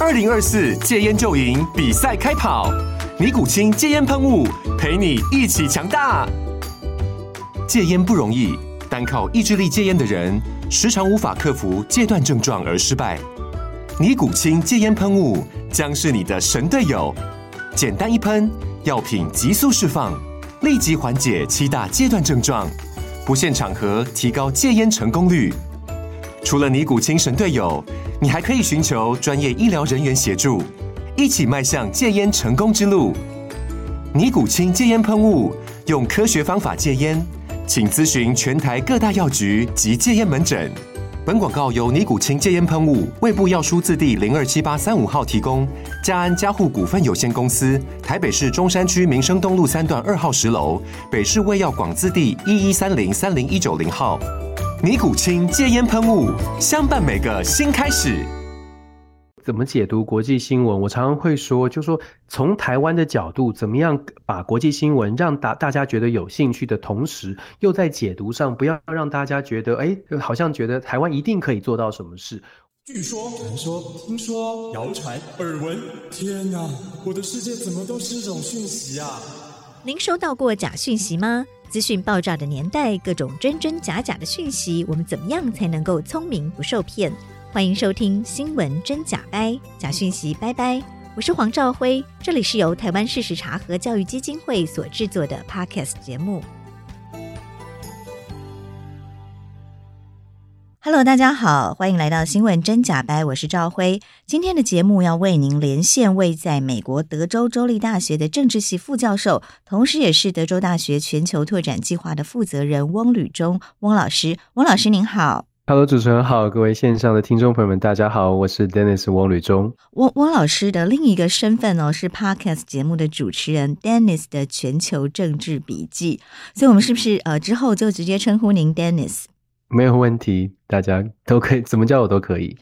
2024戒烟就赢比赛开跑，尼古清戒烟喷雾陪你一起强大。戒烟不容易，单靠意志力戒烟的人，时常无法克服戒断症状而失败。尼古清戒烟喷雾将是你的神队友，简单一喷，药品急速释放，立即缓解7大戒断症状，不限场合提高戒烟成功率。除了尼古清神队友，你还可以寻求专业医疗人员协助，一起迈向戒烟成功之路。尼古清戒烟喷雾，用科学方法戒烟，请咨询全台各大药局及戒烟门诊。本广告由尼古清戒烟喷雾、卫部药书字第027835号提供，嘉安嘉护股份有限公司，台北市中山区民生东路3段2号10楼，北市卫药广字第1130-30190号。尼古清戒烟喷雾，相伴每个新开始。 怎么解读国际新闻？我常常会说，就说从台湾的角度，怎么样把国际新闻让大家觉得有兴趣的同时，又在解读上不要让大家觉得，好像觉得台湾一定可以做到什么事。 据说、传说、听说、谣传、耳闻，天哪，我的世界怎么都是这种讯息啊！ 您收到过假讯息吗？资讯爆炸的年代，各种真真假假的讯息，我们怎么样才能够聪明不受骗？欢迎收听新闻真假掰，假讯息拜拜。我是黄兆辉，这里是由台湾事实查核教育基金会所制作的 Podcast 节目。Hello， 大家好，欢迎来到新闻真假掰，我是兆辉。今天的节目要为您连线位在美国德州州立大学的政治系副教授，同时也是德州大学全球拓展计划的负责人翁履中翁老师。翁老师您好。 Hello， 主持人好，各位线上的听众朋友们，大家好，我是 Dennis 翁履中。 翁老师的另一个身份是 Podcast 节目的主持人 Dennis 的全球政治笔记，所以我们是不是之后就直接称呼您 Dennis？ 没有问题，大家都可以，怎么叫我都可以。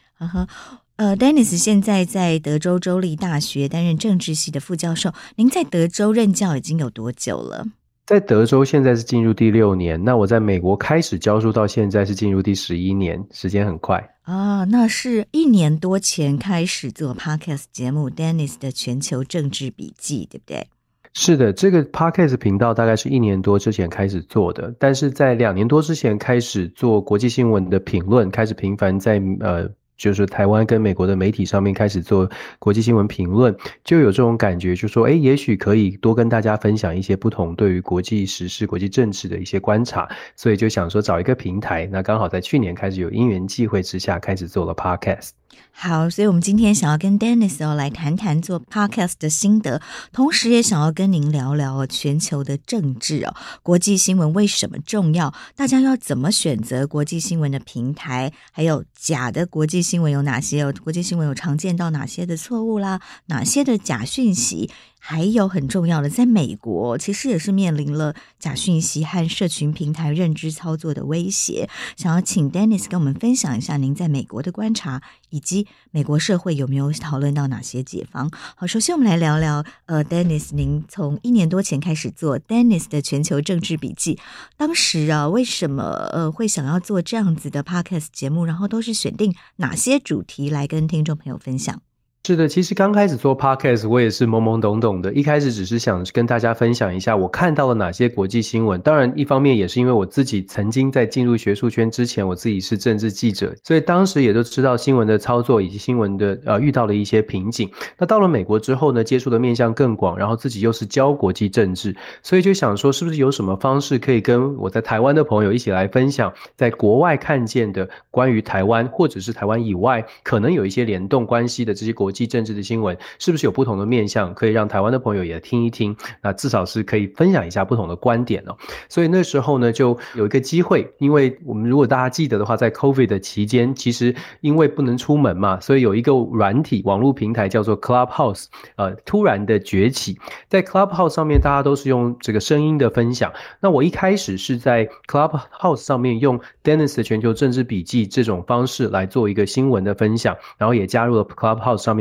Dennis 现在在德州州立大学担任政治系的副教授，您在德州任教已经有多久了？ 在德州现在是进入第6年，那我在美国开始教书到现在是进入第11年，时间很快啊。那是1年多前开始做 Podcast 节目 Dennis 的全球政治笔记，对不对？ 是的，这个 Podcast 频道大概是1年多之前开始做的，但是在2年多之前开始做国际新闻的评论，开始频繁在就是台湾跟美国的媒体上面开始做国际新闻评论，就有这种感觉，就说也许可以多跟大家分享一些不同对于国际时事、国际政治的一些观察，所以就想说找一个平台，那刚好在去年开始有因缘际会之下开始做了 Podcast。 好，所以我们今天想要跟 Dennis 来谈谈做 Podcast 的心得，同时也想要跟您聊聊全球的政治国际新闻为什么重要，大家要怎么选择国际新闻的平台，还有假的国际新闻有哪些，国际新闻有常见到哪些的错误啦，哪些的假讯息，还有很重要的，在美国其实也是面临了假讯息和社群平台认知操作的威胁，想要请 Dennis 跟我们分享一下您在美国的观察，以及美国社会有没有讨论到哪些解方。好，首先我们来聊聊Dennis 您从1年多前开始做 Dennis 的全球政治笔记，当时为什么会想要做这样子的 Podcast 节目，然后都是选定哪些主题来跟听众朋友分享？ 是的，其实刚开始做 Podcast 我也是懵懵懂懂的，一开始只是想跟大家分享一下我看到了哪些国际新闻，当然一方面也是因为我自己曾经在进入学术圈之前我自己是政治记者，所以当时也都知道新闻的操作以及新闻的遇到了一些瓶颈。那到了美国之后呢，接触的面向更广，然后自己又是教国际政治，所以就想说是不是有什么方式可以跟我在台湾的朋友一起来分享在国外看见的关于台湾或者是台湾以外可能有一些联动关系的这些国际政治的新闻，是不是有不同的面向可以让台湾的朋友也听一听，那至少是可以分享一下不同的观点所以那时候呢就有一个机会，因为我们如果大家记得的话，在 COVID 的期间，其实因为不能出门嘛，所以有一个软体网络平台叫做 Clubhouse 突然的崛起。在 Clubhouse 上面大家都是用这个声音的分享，那我一开始是在 Clubhouse 上面用 Dennis 的全球政治笔记这种方式来做一个新闻的分享，然后也加入了 Clubhouse 上面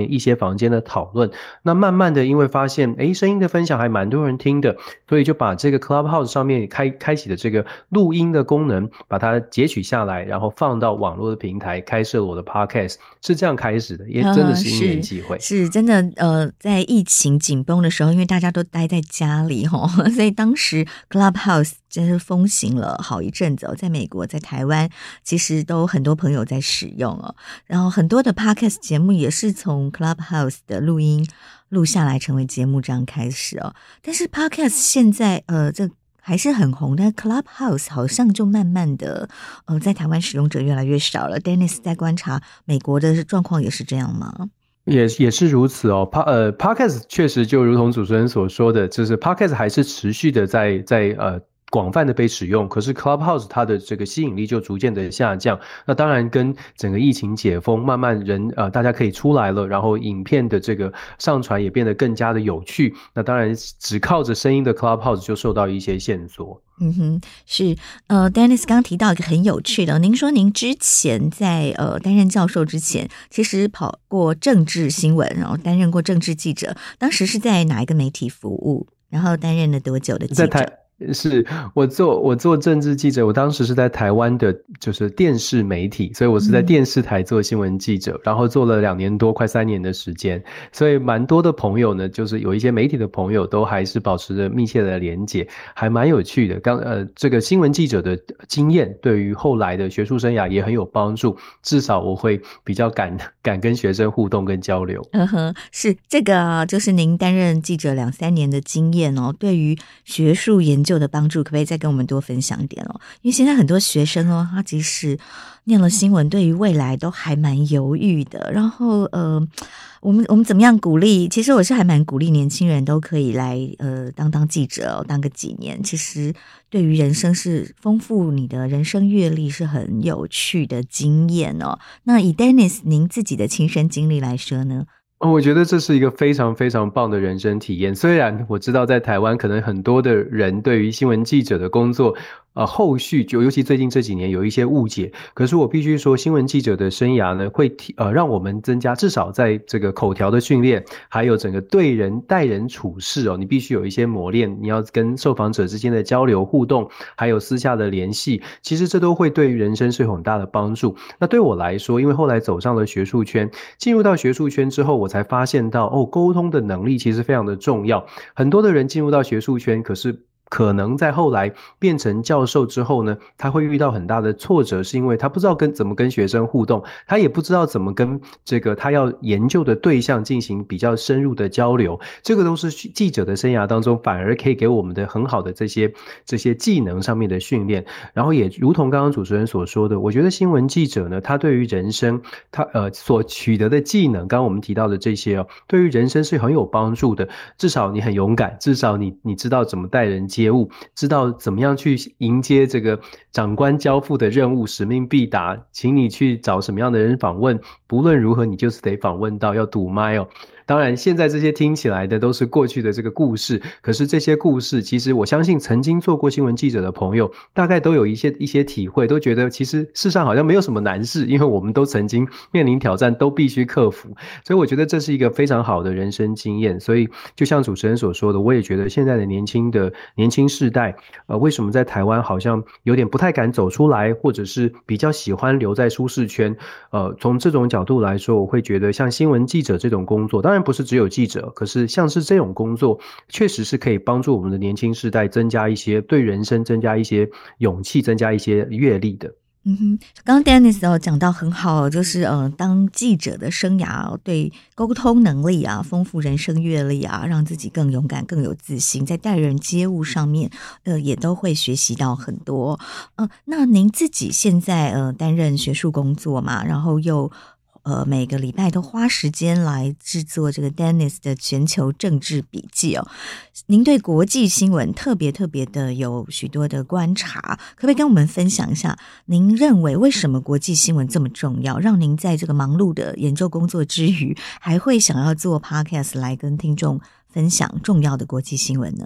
面一些房间的讨论。那慢慢的因为发现声音的分享还蛮多人听的，所以就把这个 Clubhouse 上面开启的这个录音的功能把它截取下来，然后放到网络的平台，开设了我的 podcast， 是这样开始的，也真的是因缘际会。 是真的在疫情紧绷的时候，因为大家都待在家里所以当时 Clubhouse 真是风行了好一阵子在美国在台湾其实都很多朋友在使用然后很多的 podcast 节目也是从 Clubhouse 的录音录下来成为节目这样开始但是 podcast 现在这还是很红，但 Clubhouse 好像就慢慢的在台湾使用者越来越少了。 Dennis 在观察美国的状况也是这样吗？ 也是如此Podcast 确实就如同主持人所说的，就是 Podcast 还是持续的在广泛的被使用，可是 Clubhouse 它的这个吸引力就逐渐的下降。那当然跟整个疫情解封，慢慢大家可以出来了，然后影片的这个上传也变得更加的有趣。那当然只靠着声音的 Clubhouse 就受到一些限缩。 是Dennis 刚提到一个很有趣的，您说您之前在担任教授之前，其实跑过政治新闻，然后担任过政治记者，当时是在哪一个媒体服务？然后担任了多久的记者？ 是我做政治记者，我当时是在台湾的就是电视媒体，所以我是在电视台做新闻记者，然后做了2年多快3年的时间，所以蛮多的朋友呢，就是有一些媒体的朋友都还是保持着密切的连结，还蛮有趣的。这个新闻记者的经验对于后来的学术生涯也很有帮助，至少我会比较敢跟学生互动跟交流。 是这个就是您担任记者2-3年的经验对于学术研究的帮助，可不可以再跟我们多分享一点因为现在很多学生他即使念了新闻，对于未来都还蛮犹豫的。然后我们怎么样鼓励？其实我是还蛮鼓励年轻人都可以来当记者当个几年。其实对于人生是丰富你的人生阅历，是很有趣的经验那以 Dennis 您自己的亲身经历来说呢？ 我觉得这是一个非常非常棒的人生体验。虽然我知道在台湾可能很多的人对于新闻记者的工作后续尤其最近这几年有一些误解，可是我必须说新闻记者的生涯呢会让我们增加至少在这个口条的训练，还有整个待人处事你必须有一些磨练，你要跟受访者之间的交流互动，还有私下的联系，其实这都会对于人生是有很大的帮助。那对我来说，因为后来走上了学术圈，进入到学术圈之后，我才发现到沟通的能力其实非常的重要。很多的人进入到学术圈，可是可能在后来变成教授之后呢，他会遇到很大的挫折，是因为他不知道怎么跟学生互动，他也不知道怎么跟这个他要研究的对象进行比较深入的交流。这个都是记者的生涯当中反而可以给我们的很好的这些技能上面的训练。然后也如同刚刚主持人所说的，我觉得新闻记者呢，他对于人生他所取得的技能，刚刚我们提到的这些对于人生是很有帮助的。至少你很勇敢，至少你知道怎么待人接物，知道怎么样去迎接这个长官交付的任务，使命必达，请你去找什么样的人访问，不论如何你就是得访问到，要堵麦当然现在这些听起来的都是过去的这个故事，可是这些故事其实我相信曾经做过新闻记者的朋友大概都有一些体会，都觉得其实世上好像没有什么难事，因为我们都曾经面临挑战，都必须克服。所以我觉得这是一个非常好的人生经验。所以就像主持人所说的，我也觉得现在的年轻世代为什么在台湾好像有点不太敢走出来，或者是比较喜欢留在舒适圈从这种角度来说，我会觉得像新闻记者这种工作，当然不是只有记者，可是像是这种工作确实是可以帮助我们的年轻世代增加一些对人生增加一些勇气，增加一些阅历的。 刚刚 Dennis 讲到很好，就是当记者的生涯对沟通能力丰富人生阅历让自己更勇敢更有自信，在待人接物上面也都会学习到很多。那您自己现在担任学术工作嘛，然后又每个礼拜都花时间来制作这个 Dennis 的全球政治笔记您对国际新闻特别的有许多的观察，可不可以跟我们分享一下您认为为什么国际新闻这么重要，让您在这个忙碌的研究工作之余还会想要做 podcast 来跟听众分享重要的国际新闻呢？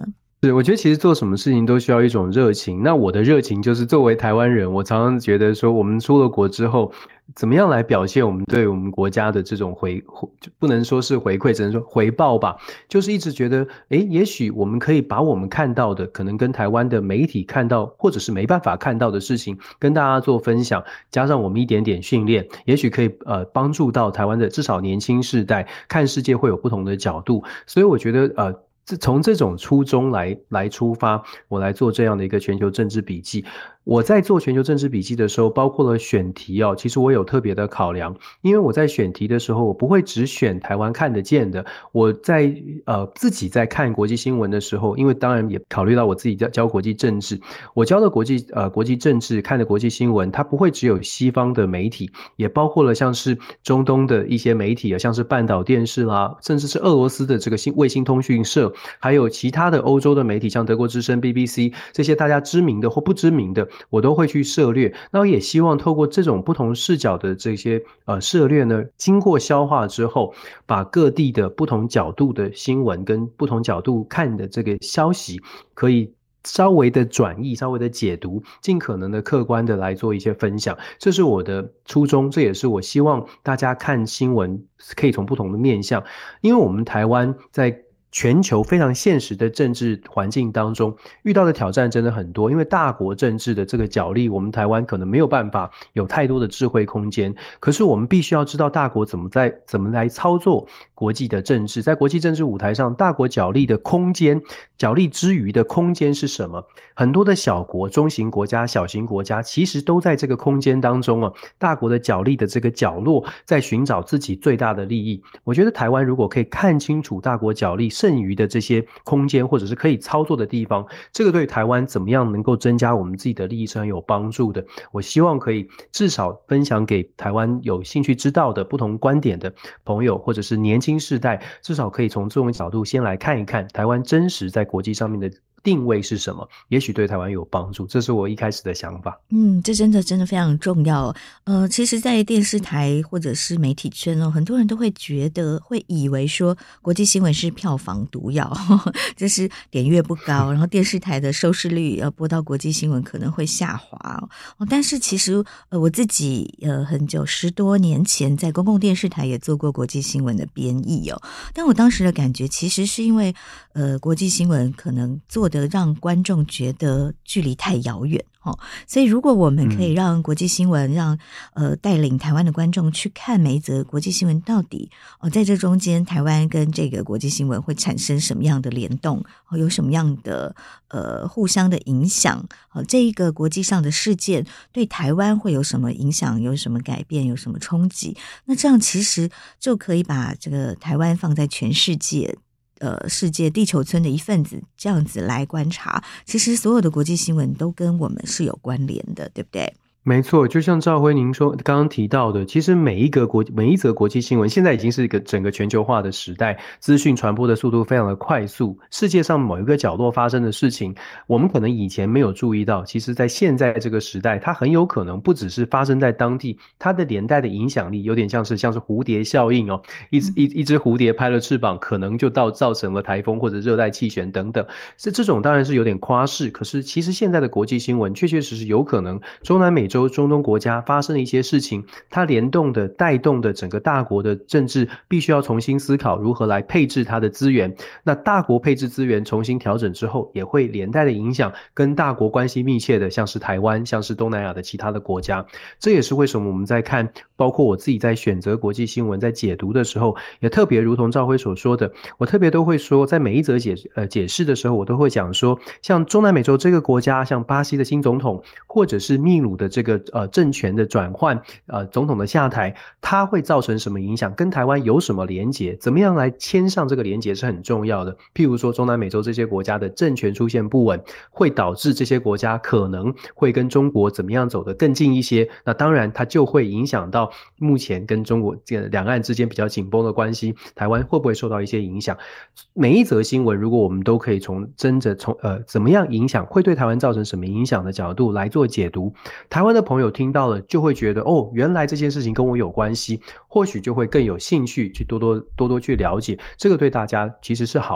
是，我觉得其实做什么事情都需要一种热情。那我的热情就是作为台湾人，我常常觉得说，我们出了国之后，怎么样来表现我们对我们国家的这种就不能说是回馈，只能说回报吧。就是一直觉得，也许我们可以把我们看到的，可能跟台湾的媒体看到，或者是没办法看到的事情，跟大家做分享，加上我们一点点训练，也许可以帮助到台湾的至少年轻世代看世界会有不同的角度。所以我觉得从这种初衷来出发，我来做这样的一个全球政治笔记。我在做全球政治笔记的时候，包括了选题哦，其实我有特别的考量，因为我在选题的时候，我不会只选台湾看得见的。我在自己在看国际新闻的时候，因为当然也考虑到我自己教国际政治，我教的国际政治看的国际新闻，它不会只有西方的媒体，也包括了像是中东的一些媒体啊，像是半岛电视啦，甚至是俄罗斯的这个卫星通讯社，还有其他的欧洲的媒体，像德国之声、BBC 这些大家知名的或不知名的，我都会去涉猎。那我也希望透过这种不同视角的这些涉猎呢，经过消化之后，把各地的不同角度的新闻跟不同角度看的这个消息，可以稍微的转译，稍微的解读，尽可能的客观的来做一些分享。这是我的初衷，这也是我希望大家看新闻可以从不同的面向，因为我们台湾在全球非常现实的政治环境当中遇到的挑战真的很多，因为大国政治的这个角力，我们台湾可能没有办法有太多的智慧空间，可是我们必须要知道大国怎么来操作国际的政治，在国际政治舞台上，大国角力的空间，角力之余的空间是什么？很多的小国、中型国家、小型国家其实都在这个空间当中啊，大国的角力的这个角落，在寻找自己最大的利益。我觉得台湾如果可以看清楚大国角力剩余的这些空间，或者是可以操作的地方，这个对台湾怎么样能够增加我们自己的利益是很有帮助的。我希望可以至少分享给台湾有兴趣知道的不同观点的朋友，或者是年轻世代，至少可以从这种角度先来看一看台湾真实在国际上面的定位是什么，也许对台湾有帮助，这是我一开始的想法。 这真的非常重要。其实在电视台或者是媒体圈很多人都会以为说国际新闻是票房毒药，就是点阅不高，然后电视台的收视率播到国际新闻可能会下滑。但是其实我自己很久10多年前在公共电视台也做过国际新闻的编译但我当时的感觉其实是因为国际新闻可能做的让观众觉得距离太遥远所以如果我们可以让国际新闻让带领台湾的观众去看每一则国际新闻到底在这中间台湾跟这个国际新闻会产生什么样的联动有什么样的互相的影响这一个国际上的事件对台湾会有什么影响，有什么改变，有什么冲击，那这样其实就可以把这个台湾放在全世界世界地球村的一份子，这样子来观察，其实所有的国际新闻都跟我们是有关联的，对不对？ 没错，就像兆辉您刚刚提到的，其实每一则国际新闻现在已经是一个整个全球化的时代，资讯传播的速度非常的快速，世界上某一个角落发生的事情，我们可能以前没有注意到，其实在现在这个时代，它很有可能不只是发生在当地，它的连带的影响力有点像是蝴蝶效应一只蝴蝶拍了翅膀，可能就造成了台风或者热带气旋等等，这种当然是有点夸饰，可是其实现在的国际新闻确确实实有可能中南美洲中东国家发生的一些事情，它联动的带动的整个大国的政治必须要重新思考如何来配置它的资源，那大国配置资源重新调整之后，也会连带的影响跟大国关系密切的像是台湾，像是东南亚的其他的国家。这也是为什么我们在看，包括我自己在选择国际新闻在解读的时候，也特别如同兆辉所说的，我特别都会说，在每一则解释的时候，我都会讲说，像中南美洲这个国家，像巴西的新总统，或者是秘鲁的这个政权的转换，总统的下台，它会造成什么影响，跟台湾有什么连结，怎么样来牵上这个连结是很重要的。譬如说中南美洲这些国家的政权出现不稳，会导致这些国家可能会跟中国怎么样走得更近一些，那当然它就会影响到目前跟中国两岸之间比较紧绷的关系，台湾会不会受到一些影响。每一则新闻如果我们都可以从怎么样影响，会对台湾造成什么影响的角度来做解读，台湾的朋友听到了就会觉得原来这件事情跟我有关系，或许就会更有兴趣去多多去了解，这个对大家其实是好的。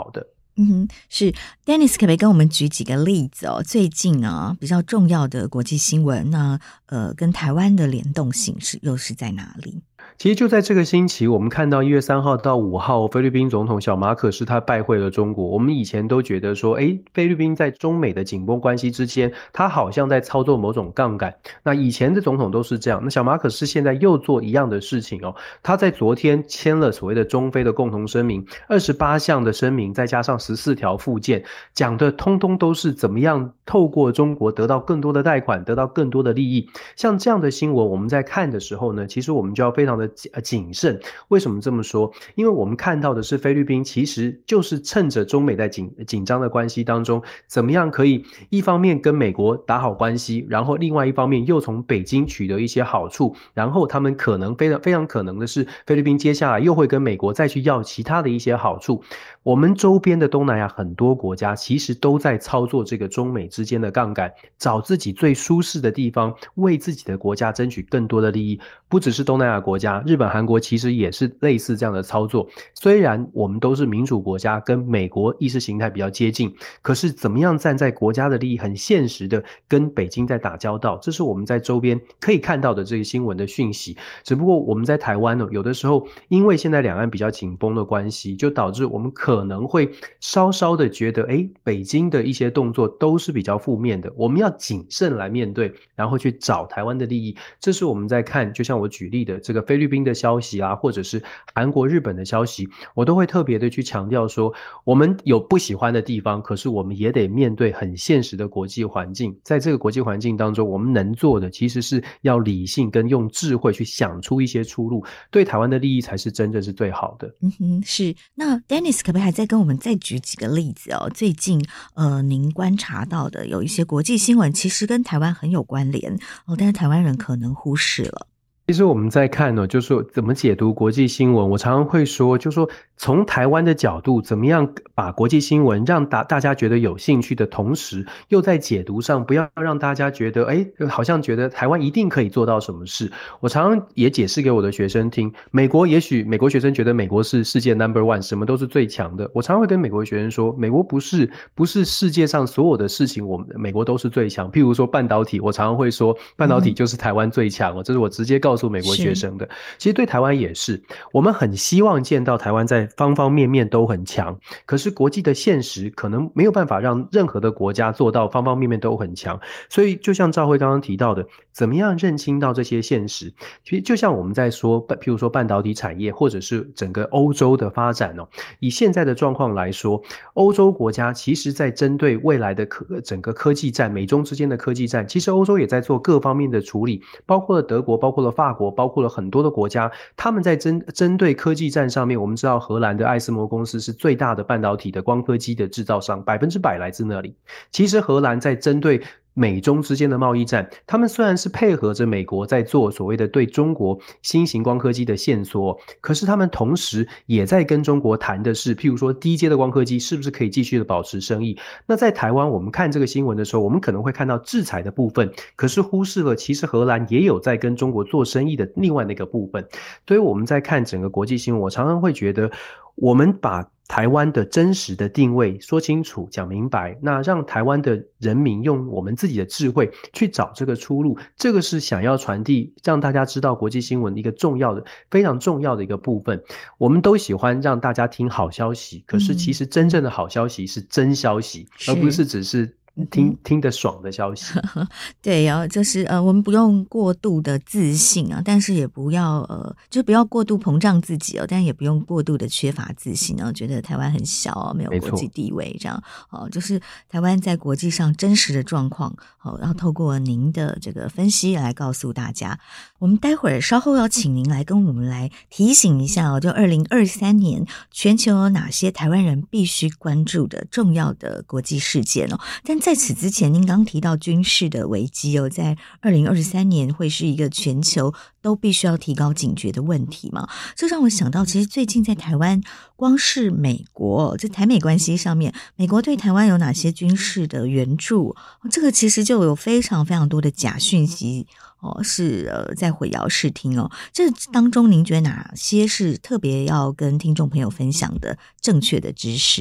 是 Dennis 可不可以跟我们举几个例子哦？最近啊比较重要的国际新闻，那跟台湾的联动性又是在哪里？ 其实就在这个星期，我们看到1月3号到5号，菲律宾总统小马可斯他拜会了中国。我们以前都觉得说，菲律宾在中美的紧绷关系之间，他好像在操作某种杠杆。那以前的总统都是这样，那小马可斯现在又做一样的事情哦。他在昨天签了所谓的中菲的共同声明，28项的声明，再加上14条附件，讲的通通都是怎么样透过中国得到更多的贷款，得到更多的利益。像这样的新闻，我们在看的时候呢，其实我们就要非常的谨慎。为什么这么说？因为我们看到的是菲律宾其实就是趁着中美在紧张的关系当中，怎么样可以一方面跟美国打好关系，然后另外一方面又从北京取得一些好处，然后他们可能非常可能的是，菲律宾接下来又会跟美国再去要其他的一些好处。我们周边的东南亚很多国家其实都在操作这个中美之间的杠杆，找自己最舒适的地方，为自己的国家争取更多的利益。不只是东南亚国家，日本、韩国其实也是类似这样的操作。虽然我们都是民主国家，跟美国意识形态比较接近，可是怎么样站在国家的利益很现实的跟北京在打交道，这是我们在周边可以看到的这个新闻的讯息。只不过我们在台湾呢，有的时候因为现在两岸比较紧绷的关系，就导致我们可能会稍稍的觉得北京的一些动作都是比较负面的，我们要谨慎来面对，然后去找台湾的利益。这是我们在看，就像我举例的这个菲律宾的消息啊，或者是韩国、日本的消息，我都会特别的去强调说，我们有不喜欢的地方，可是我们也得面对很现实的国际环境。在这个国际环境当中，我们能做的其实是要理性跟用智慧去想出一些出路，对台湾的利益才是真正是最好的。 是。那 Dennis 可不可以还再跟我们再举几个例子哦？最近您观察到的有一些国际新闻，其实跟台湾很有关联哦，但是台湾人可能忽视了。 其实我们在看呢，就是说怎么解读国际新闻，我常常会说，就是说从台湾的角度，怎么样把国际新闻让大家觉得有兴趣的同时，又在解读上不要让大家觉得好像觉得台湾一定可以做到什么事。我常常也解释给我的学生听，也许美国学生觉得美国是世界 No.1， 什么都是最强的。我常常会跟美国学生说，美国不是世界上所有的事情美国都是最强。譬如说半导体，我常常会说半导体就是台湾最强这是我直接告诉美国学生的。其实对台湾也是，我们很希望见到台湾在方方面面都很强，可是国际的现实可能没有办法让任何的国家做到方方面面都很强。所以就像兆辉刚刚提到的，怎么样认清到这些现实，其实就像我们在说譬如说半导体产业或者是整个欧洲的发展以现在的状况来说，欧洲国家其实在针对未来的整个科技战，美中之间的科技战，其实欧洲也在做各方面的处理，包括了德国，包括了法国，包括了很多的国家，他们在针对科技战上面，我们知道荷兰的艾斯摩公司是最大的半导体的光刻机的制造商，100%来自那里。其实荷兰在针对美中之间的贸易战，他们虽然是配合着美国在做所谓的对中国新型光刻机的限缩，可是他们同时也在跟中国谈的是，譬如说低阶的光刻机是不是可以继续的保持生意。那在台湾我们看这个新闻的时候，我们可能会看到制裁的部分，可是忽视了其实荷兰也有在跟中国做生意的另外那个部分。所以我们在看整个国际新闻，我常常会觉得我们把台湾的真实的定位说清楚讲明白，那让台湾的人民用我们自己的智慧去找这个出路，这个是想要传递让大家知道国际新闻一个非常重要的一个部分。我们都喜欢让大家听好消息，可是其实真正的好消息是真消息，而不是只是听得爽的消息。 对就是我们不用过度的自信但是也不要就不要过度膨胀自己但也不用过度的缺乏自信觉得台湾很小没有国际地位这样就是台湾在国际上真实的状况然后透过您的这个分析来告诉大家。我们待会儿稍后要请您来跟我们来提醒一下就2023年全球有哪些台湾人必须关注的重要的国际事件但在此之前，您刚提到军事的危机在2023年会是一个全球都必须要提高警觉的问题嘛？这让我想到，其实最近在台湾，光是美国在台美关系上面，美国对台湾有哪些军事的援助？这个其实就有非常非常多的假讯息是在混淆视听这当中，您觉得哪些是特别要跟听众朋友分享的正确的知识？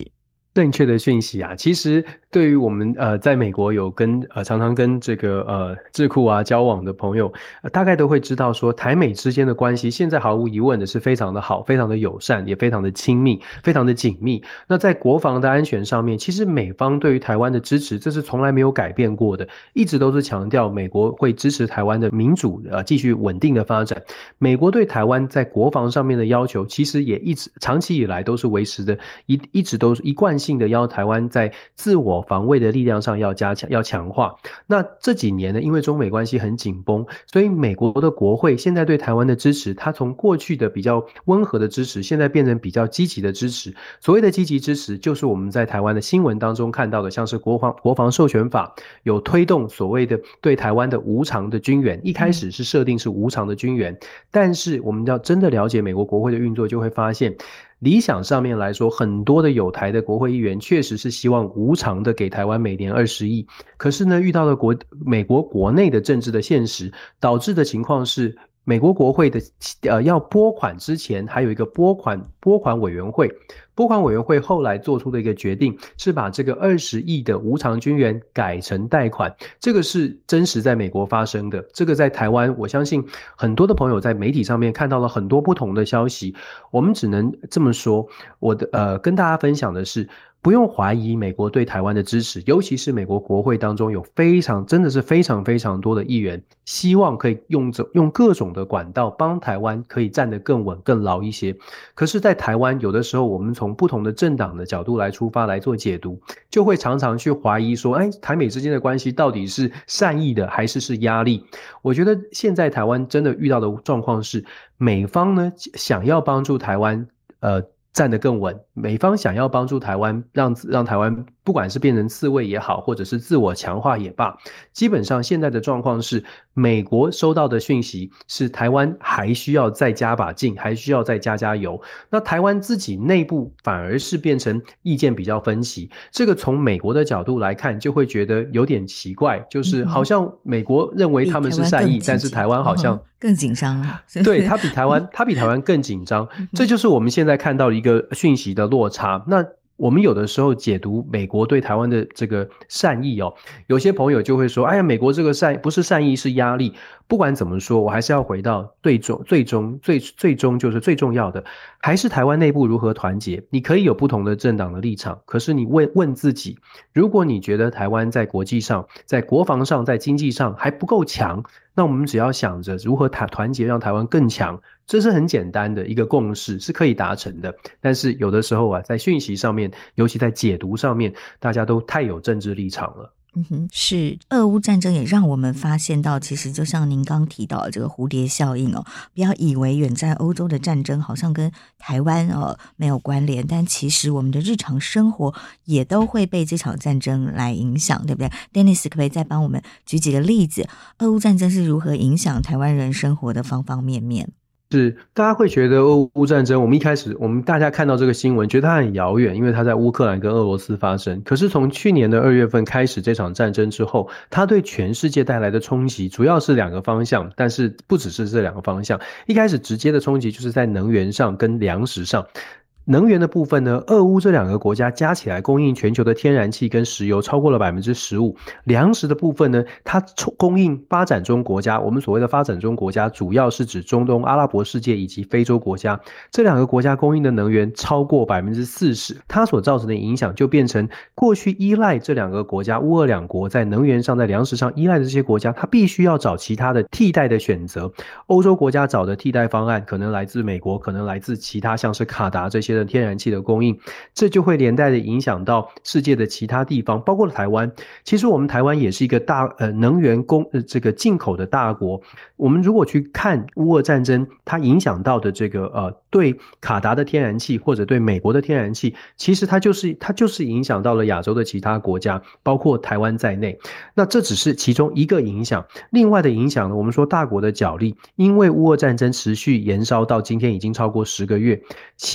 正确的讯息啊，其实对于我们在美国有跟常常跟这个智库啊交往的朋友，大概都会知道说，台美之间的关系现在毫无疑问的是非常的好，非常的友善，也非常的亲密，非常的紧密。那在国防的安全上面，其实美方对于台湾的支持，这是从来没有改变过的，一直都是强调美国会支持台湾的民主继续稳定的发展。美国对台湾在国防上面的要求，其实也一直长期以来都是维持的，一直都是一贯性的要台湾在自我防卫的力量上要加强、要强化。那这几年呢，因为中美关系很紧绷，所以美国的国会现在对台湾的支持，它从过去的比较温和的支持，现在变成比较积极的支持。所谓的积极支持，就是我们在台湾的新闻当中看到的，像是国防授权法有推动所谓的对台湾的无偿的军援，一开始是设定是无偿的军援，但是我们要真的了解美国国会的运作，就会发现理想上面来说，很多的有台的国会议员确实是希望无偿的给台湾每年20亿，可是呢，遇到了美国国内的政治的现实，导致的情况是，美国国会的要拨款之前，还有一个拨款委员会。拨款委员会后来做出的一个决定，是把这个20亿的无偿军援改成贷款，这个是真实在美国发生的。这个在台湾，我相信很多的朋友在媒体上面看到了很多不同的消息。我们只能这么说，跟大家分享的是，不用怀疑美国对台湾的支持，尤其是美国国会当中有真的是非常非常多的议员，希望可以用各种的管道帮台湾可以站得更稳、更牢一些。可是在台湾，有的时候我们从不同的政党的角度来出发来做解读，就会常常去怀疑说，台美之间的关系到底是善意的还是压力？我觉得现在台湾真的遇到的状况是，美方呢想要帮助台湾站得更稳，美方想要帮助台湾，让台湾不管是变成刺猬也好，或者是自我强化也罢，基本上现在的状况是，美国收到的讯息是台湾还需要再加把劲，还需要再加油。那台湾自己内部反而是变成意见比较分歧，这个从美国的角度来看，就会觉得有点奇怪，就是好像美国认为他们是善意，但是台湾好像更紧张了。 对，他比台湾更紧张，这就是我们现在看到的一个讯息的落差。那我们有的时候解读美国对台湾的这个善意有些朋友就会说，美国这个不是善意，是压力。不管怎么说，我还是要回到最终就是最重要的，还是台湾内部如何团结。你可以有不同的政党的立场，可是你问自己，如果你觉得台湾在国际上、在国防上、在经济上还不够强，那我们只要想着如何团结让台湾更强，这是很简单的一个共识，是可以达成的。但是有的时候在讯息上面，尤其在解读上面，大家都太有政治立场了。 是，俄乌战争也让我们发现到，其实就像您刚提到的这个蝴蝶效应不要以为远在欧洲的战争好像跟台湾没有关联，但其实我们的日常生活也都会被这场战争来影响，对不对？ Dennis 可不可以再帮我们举几个例子，俄乌战争是如何影响台湾人生活的方方面面？ 是，大家会觉得俄乌战争，我们大家看到这个新闻，觉得它很遥远，因为它在乌克兰跟俄罗斯发生。可是从去年的2月份开始这场战争之后，它对全世界带来的冲击主要是2个方向，但是不只是这2个方向。一开始直接的冲击就是在能源上跟粮食上。能源的部分呢，俄乌这2个国家加起来供应全球的天然气跟石油超过了 15%。 粮食的部分呢，它供应发展中国家，我们所谓的发展中国家主要是指中东、阿拉伯世界以及非洲国家，这2个国家供应的能源超过 40%。 它所造成的影响就变成过去依赖这2个国家，乌俄两国在能源上、在粮食上依赖的这些国家，它必须要找其他的替代的选择。欧洲国家找的替代方案可能来自美国，可能来自其他像是卡达这些的天然气的供应，这就会连带的影响到世界的其他地方，包括了台湾。其实我们台湾也是一个能源这个进口的大国。我们如果去看乌俄战争，它影响到的这个对卡达的天然气或者对美国的天然气，其实它就是影响到了亚洲的其他国家，包括台湾在内。那这只是其中一个影响，另外的影响呢，我们说大国的角力，因为乌俄战争持续延烧到今天已经超过10个月，西方国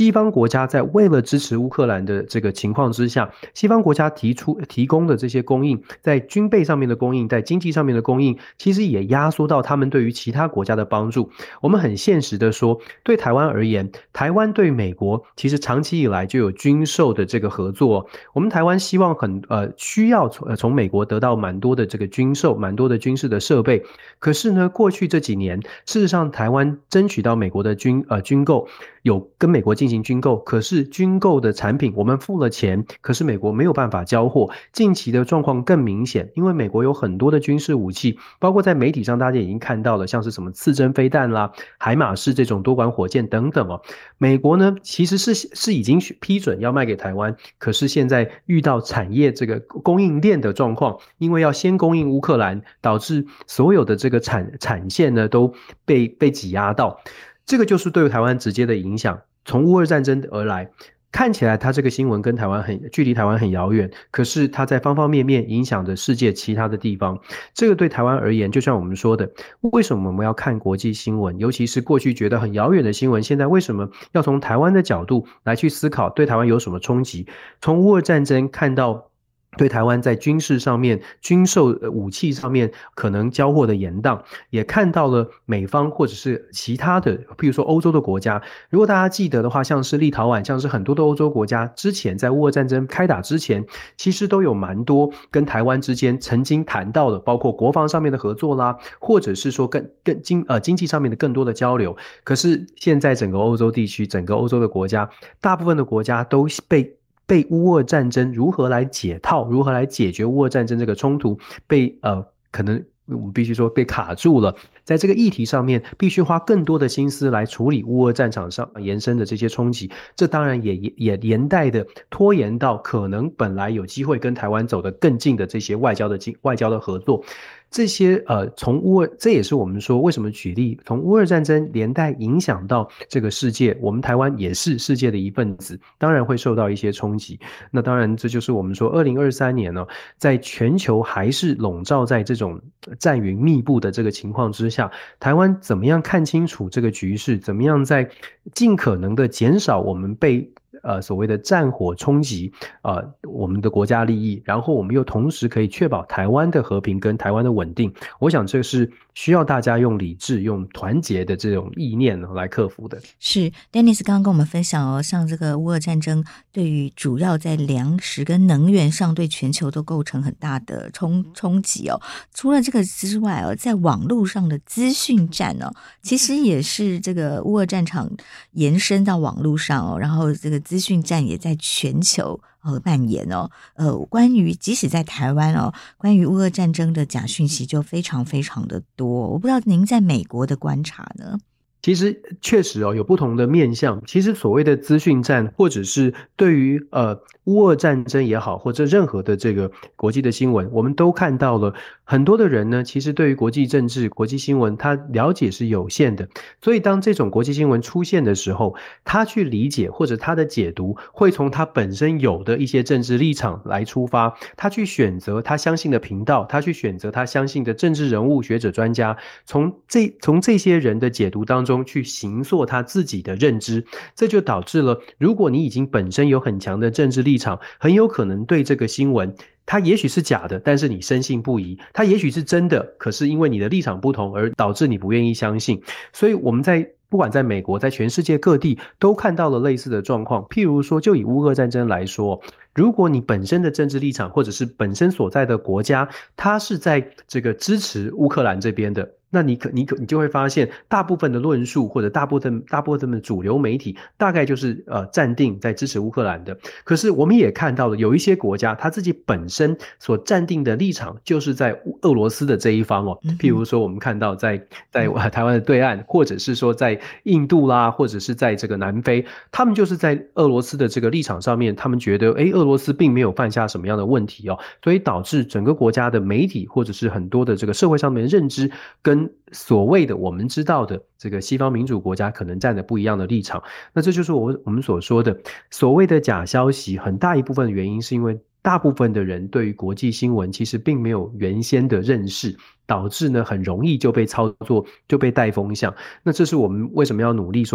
国家在为了支持乌克兰的这个情况之下，西方国家提供的这些供应，在军备上面的供应，在经济上面的供应，其实也压缩到他们对于其他国家的帮助。我们很现实的说，对台湾而言，台湾对美国其实长期以来就有军售的这个合作。我们台湾希望需要从美国得到蛮多的这个军售，蛮多的军事的设备。可是呢，过去这几年，事实上台湾争取到美国的军购，有跟美国进行军购，可是军购的产品我们付了钱，可是美国没有办法交货。近期的状况更明显，因为美国有很多的军事武器，包括在媒体上大家已经看到了，像是什么刺针飞弹啦、海马式这种多管火箭等等哦。美国呢其实是已经批准要卖给台湾，可是现在遇到产业这个供应链的状况，因为要先供应乌克兰，导致所有的这个产线呢都被挤压到。这个就是对台湾直接的影响，从乌俄战争而来。看起来它这个新闻跟距离台湾很遥远，可是它在方方面面影响着世界其他的地方。这个对台湾而言，就像我们说的，为什么我们要看国际新闻，尤其是过去觉得很遥远的新闻，现在为什么要从台湾的角度来去思考对台湾有什么冲击？从乌俄战争看到对台湾在军事上面、军售武器上面可能交货的延宕，也看到了美方或者是其他的，譬如说欧洲的国家。如果大家记得的话，像是立陶宛，像是很多的欧洲国家，之前在乌俄战争开打之前，其实都有蛮多跟台湾之间曾经谈到的，包括国防上面的合作啦，或者是说经济上面的更多的交流。可是现在整个欧洲地区，整个欧洲的国家，大部分的国家都被乌俄战争如何来解套，如何来解决乌俄战争这个冲突，可能我们必须说被卡住了。在这个议题上面，必须花更多的心思来处理乌俄战场上延伸的这些冲击。这当然也连带的拖延到可能本来有机会跟台湾走得更近的这些外交的合作。这些这也是我们说为什么举例，从乌俄战争连带影响到这个世界，我们台湾也是世界的一份子，当然会受到一些冲击。那当然这就是我们说2023年呢，在全球还是笼罩在这种战云密布的这个情况之下，台湾怎么样看清楚这个局势，怎么样在尽可能的减少我们被所谓的战火冲击我们的国家利益，然后我们又同时可以确保台湾的和平跟台湾的稳定。我想这是需要大家用理智、用团结的这种意念来克服的。 是 Dennis 刚刚跟我们分享像这个乌俄战争对于主要在粮食跟能源上对全球都构成很大的冲击除了这个之外在网络上的资讯战其实也是这个乌俄战场延伸到网络上然后这个资讯战也在全球蔓延关于即使在台湾关于乌俄战争的假讯息就非常非常的多。我不知道您在美国的观察呢？ 其实确实有不同的面向。其实所谓的资讯战，或者是对于乌俄战争也好，或者任何的这个国际的新闻，我们都看到了很多的人呢，其实对于国际政治、国际新闻，他了解是有限的。所以当这种国际新闻出现的时候，他去理解或者他的解读，会从他本身有的一些政治立场来出发，他去选择他相信的频道，他去选择他相信的政治人物、学者、专家，从这些人的解读当中去形塑他自己的认知。这就导致了，如果你已经本身有很强的政治立场，很有可能对这个新闻它也许是假的，但是你深信不疑，它也许是真的，可是因为你的立场不同而导致你不愿意相信。所以我们不管在美国，在全世界各地都看到了类似的状况。譬如说，就以乌俄战争来说，如果你本身的政治立场或者是本身所在的国家，它是在这个支持乌克兰这边的，那你就会发现，大部分的论述或者大部分的主流媒体大概就是站定在支持乌克兰的。可是我们也看到了，有一些国家他自己本身所站定的立场就是在俄罗斯的这一方譬如说我们看到在台湾的对岸，或者是说在印度啦，或者是在这个南非，他们就是在俄罗斯的这个立场上面，他们觉得俄罗斯并没有犯下什么样的问题所以导致整个国家的媒体或者是很多的这个社会上面的认知跟所谓的我们知道的这个西方民主国家可能站的不一样的立场。那这就是我们所说的所谓的假消息，很大一部分的原因是因为大部分的人对于国际新闻其实并没有原先的认识，导致呢很容易就被操作，就被带风向。那这是我们为什么要努力说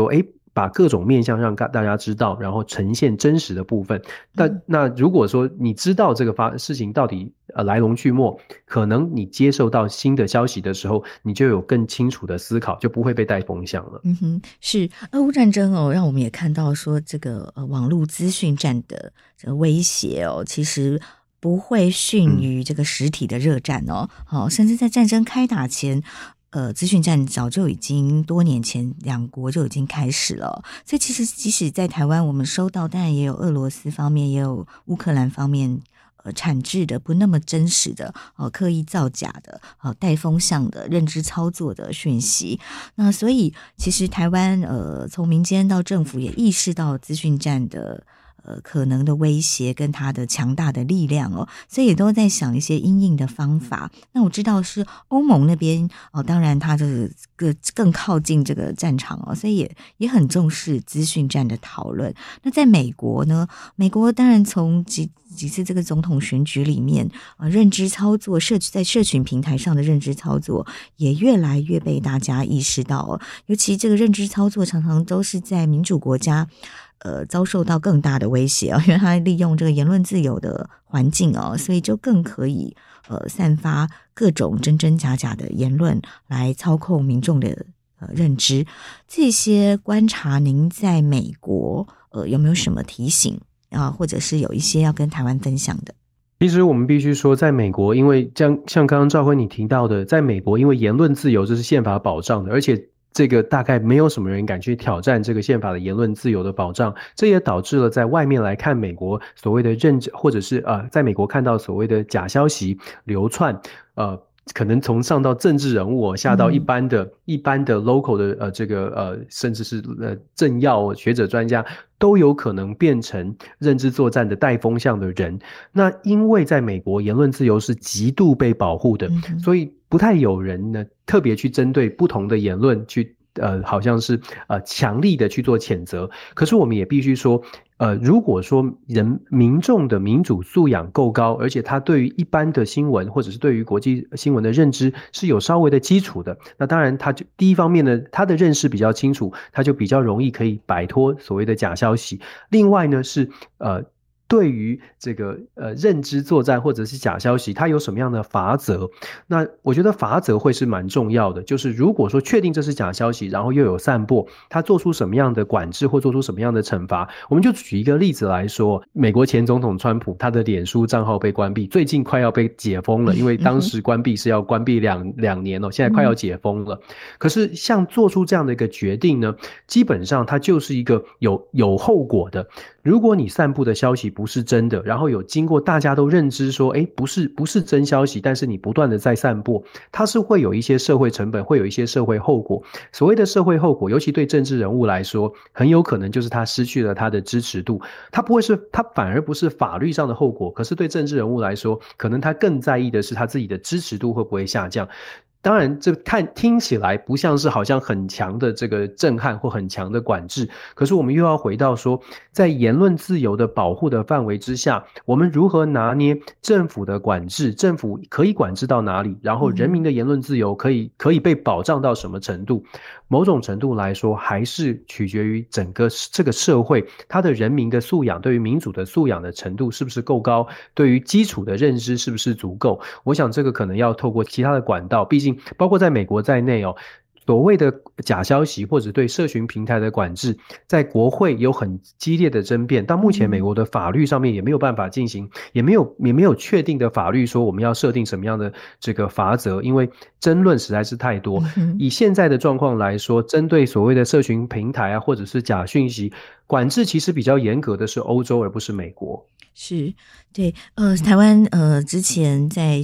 把各种面向让大家知道，然后呈现真实的部分。那如果说你知道这个事情到底来龙去脉，可能你接受到新的消息的时候，你就有更清楚的思考，就不会被带风向了。 是俄乌战争让我们也看到说这个网络资讯战的这个威胁其实不会逊于这个实体的热战甚至在战争开打前。资讯战早就已经多年前两国就已经开始了，所以其实即使在台湾我们收到，当然也有俄罗斯方面也有乌克兰方面产制的不那么真实的刻意造假的带风向的认知操作的讯息。那所以其实台湾从民间到政府也意识到资讯战的可能的威胁跟它的强大的力量所以也都在想一些因应的方法。那我知道是欧盟那边当然它的更靠近这个战场所以也很重视资讯战的讨论。那在美国呢，美国当然从几次这个总统选举里面认知操作在社群平台上的认知操作也越来越被大家意识到尤其这个认知操作常常都是在民主国家遭受到更大的威胁因为他利用这个言论自由的环境所以就更可以散发各种真真假假的言论来操控民众的认知。这些观察您在美国有没有什么提醒或者是有一些要跟台湾分享的？ 其实我们必须说，在美国，因为像刚刚兆辉你提到的，在美国因为言论自由这是宪法保障的，而且这个大概没有什么人敢去挑战这个宪法的言论自由的保障，这也导致了在外面来看美国所谓的或者是在美国看到所谓的假消息流窜可能从上到政治人物下到一般的 local 的甚至是政要学者专家都有可能变成认知作战的带风向的人。那因为在美国言论自由是极度被保护的，所以不太有人呢特别去针对不同的言论去好像是强力的去做谴责。可是我们也必须说如果说民众的民主素养够高，而且他对于一般的新闻或者是对于国际新闻的认知是有稍微的基础的，那当然他就第一方面呢，他的认识比较清楚，他就比较容易可以摆脱所谓的假消息。另外呢是对于这个认知作战或者是假消息，它有什么样的法则？那我觉得法则会是蛮重要的，就是如果说确定这是假消息，然后又有散播，它做出什么样的管制或做出什么样的惩罚？我们就举一个例子来说，美国前总统川普他的脸书账号被关闭，最近快要被解封了，因为当时关闭是要关闭两年现在快要解封了。可是像做出这样的一个决定呢，基本上它就是一个有后果的。如果你散布的消息不是真的，然后有经过大家都认知说不是真消息，但是你不断的在散播，它是会有一些社会成本，会有一些社会后果。所谓的社会后果，尤其对政治人物来说，很有可能就是他失去了他的支持度，他反而不是法律上的后果，可是对政治人物来说，可能他更在意的是他自己的支持度会不会下降。当然这听起来不像是好像很强的这个震撼或很强的管制，可是我们又要回到说，在言论自由的保护的范围之下，我们如何拿捏政府的管制，政府可以管制到哪里，然后人民的言论自由可以被保障到什么程度。某种程度来说，还是取决于整个这个社会它的人民的素养，对于民主的素养的程度是不是够高，对于基础的认知是不是足够。我想这个可能要透过其他的管道，毕竟包括在美国在内所谓的假消息或者对社群平台的管制，在国会有很激烈的争辩，到目前美国的法律上面也没有办法进行，也没有确定的法律说我们要设定什么样的这个法则，因为争论实在是太多。以现在的状况来说，针对所谓的社群平台或者是假讯息管制，其实比较严格的是欧洲而不是美国。 是，对，台湾之前在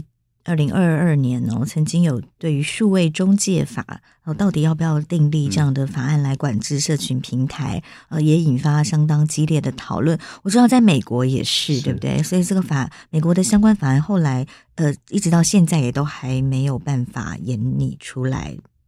2022年曾经有对于数位中介法到底要不要订立这样的法案来管制社群平台也引发相当激烈的讨论。我知道在美国也是对不对？所以这个美国的相关法案后来一直到现在也都还没有办法研拟出来。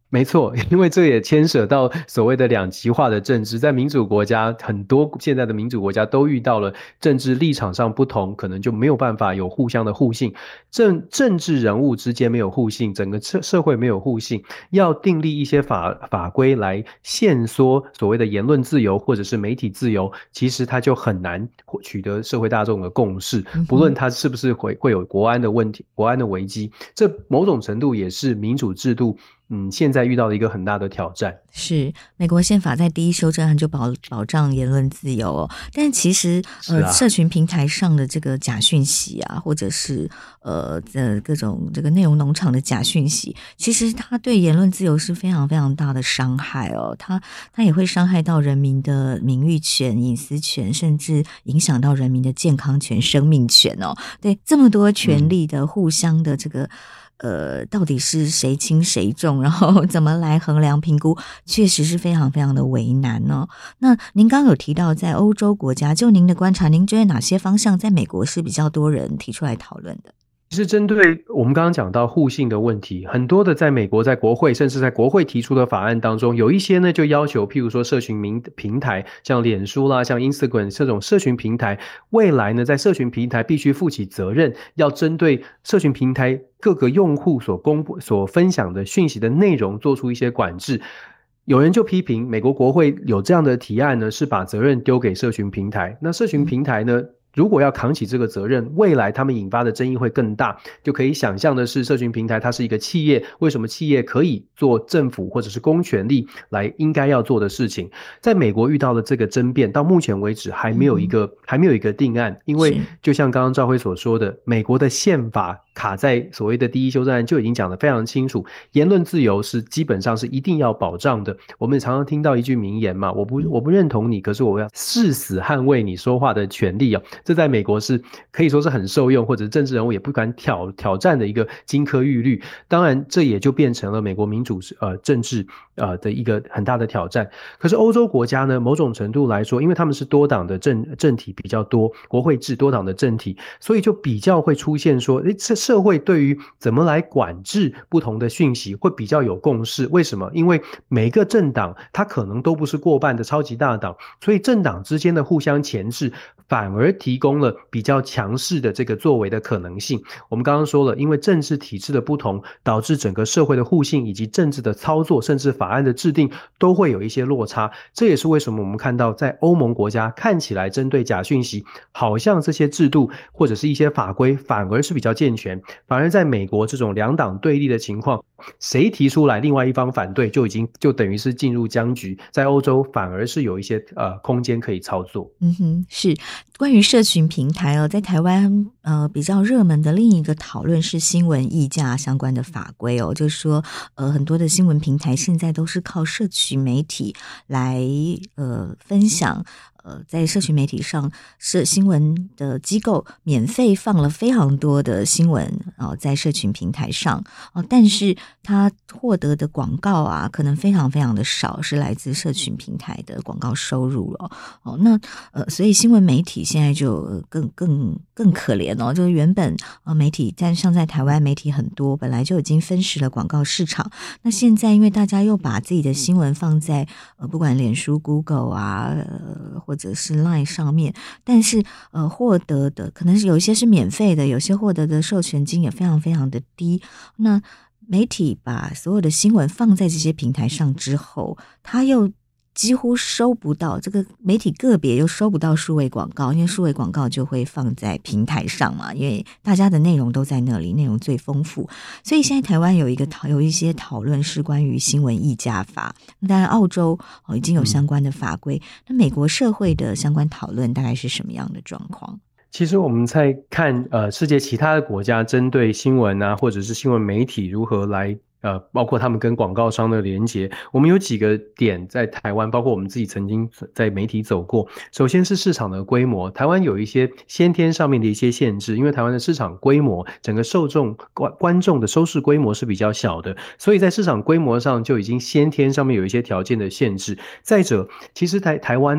没错，因为这也牵涉到所谓的两极化的政治，在民主国家，很多现在的民主国家都遇到了政治立场上不同，可能就没有办法有互相的互信，政治人物之间没有互信，整个社会没有互信，要订立一些法规来限缩所谓的言论自由或者是媒体自由，其实它就很难取得社会大众的共识，不论它是不是会有国安的问题、国安的危机，这某种程度也是民主制度现在遇到的一个很大的挑战。 是美国宪法在第一修正案就保障言论自由哦，但其实社群平台上的这个假讯息啊，或者是各种这个内容农场的假讯息，其实它对言论自由是非常非常大的伤害哦，它也会伤害到人民的名誉权、隐私权，甚至影响到人民的健康权、生命权哦。对，这么多权利的互相的这个到底是谁轻谁重，然后怎么来衡量评估，确实是非常非常的为难哦。那您刚刚有提到在欧洲国家，就您的观察，您觉得哪些方向在美国是比较多人提出来讨论的？ 其实针对我们刚刚讲到互信的问题，很多的在美国在国会甚至在国会提出的法案当中，有一些呢就要求譬如说社群平台像脸书啦像 Instagram 这种社群平台，未来呢在社群平台必须负起责任，要针对社群平台各个用户所分享的讯息的内容做出一些管制。有人就批评美国国会有这样的提案呢，是把责任丢给社群平台，那社群平台呢如果要扛起这个责任，未来他们引发的争议会更大。就可以想象的是，社群平台它是一个企业，为什么企业可以做政府或者是公权力来应该要做的事情？在美国遇到的这个争辩，到目前为止还没有一个定案，因为就像刚刚兆辉所说的，美国的宪法卡在所谓的第一修正案就已经讲得非常清楚，言论自由是基本上是一定要保障的。我们常常听到一句名言嘛，我不认同你，可是我要誓死捍卫你说话的权利哦。这在美国是可以说是很受用，或者政治人物也不敢挑战的一个金科玉律。当然这也就变成了美国民主政治的一个很大的挑战。可是欧洲国家呢，某种程度来说，因为他们是多党的政体比较多，国会制多党的政体，所以就比较会出现说这社会对于怎么来管制不同的讯息会比较有共识。为什么？因为每个政党它可能都不是过半的超级大党，所以政党之间的互相钳制反而提供了比较强势的这个作为的可能性。我们刚刚说了，因为政治体制的不同，导致整个社会的互信以及政治的操作甚至法案的制定都会有一些落差。这也是为什么我们看到在欧盟国家看起来针对假讯息好像这些制度或者是一些法规反而是比较健全，反而在美国这种两党对立的情况，谁提出来另外一方反对就等于是进入僵局。在欧洲反而是有一些空间可以操作。 是关于社群平台哦，在台湾比较热门的另一个讨论是新闻议价相关的法规哦，就是说很多的新闻平台现在都是靠社群媒体来分享。在社群媒体上，新闻的机构免费放了非常多的新闻在社群平台上但是它获得的广告啊，可能非常非常的少，是来自社群平台的广告收入那所以新闻媒体现在就更可怜哦，就是原本媒体像在台湾媒体很多，本来就已经分食了广告市场，那现在因为大家又把自己的新闻放在不管脸书、Google 啊或者是 LINE 上面，但是获得的可能是有一些是免费的，有些获得的授权金也非常非常的低。那媒体把所有的新闻放在这些平台上之后，他又几乎收不到，这个媒体个别又收不到数位广告，因为数位广告就会放在平台上嘛，因为大家的内容都在那里，内容最丰富。所以现在台湾有一些讨论是关于新闻议价法，当然澳洲已经有相关的法规，那美国社会的相关讨论大概是什么样的状况？ 其实我们在看世界其他的国家针对新闻啊，或者是新闻媒体如何来包括他们跟广告商的连结，我们有几个点在台湾，包括我们自己曾经在媒体走过。首先是市场的规模，台湾有一些先天上面的一些限制，因为台湾的市场规模，整个受众观众的收视规模是比较小的，所以在市场规模上就已经先天上面有一些条件的限制。再者，其实台湾呢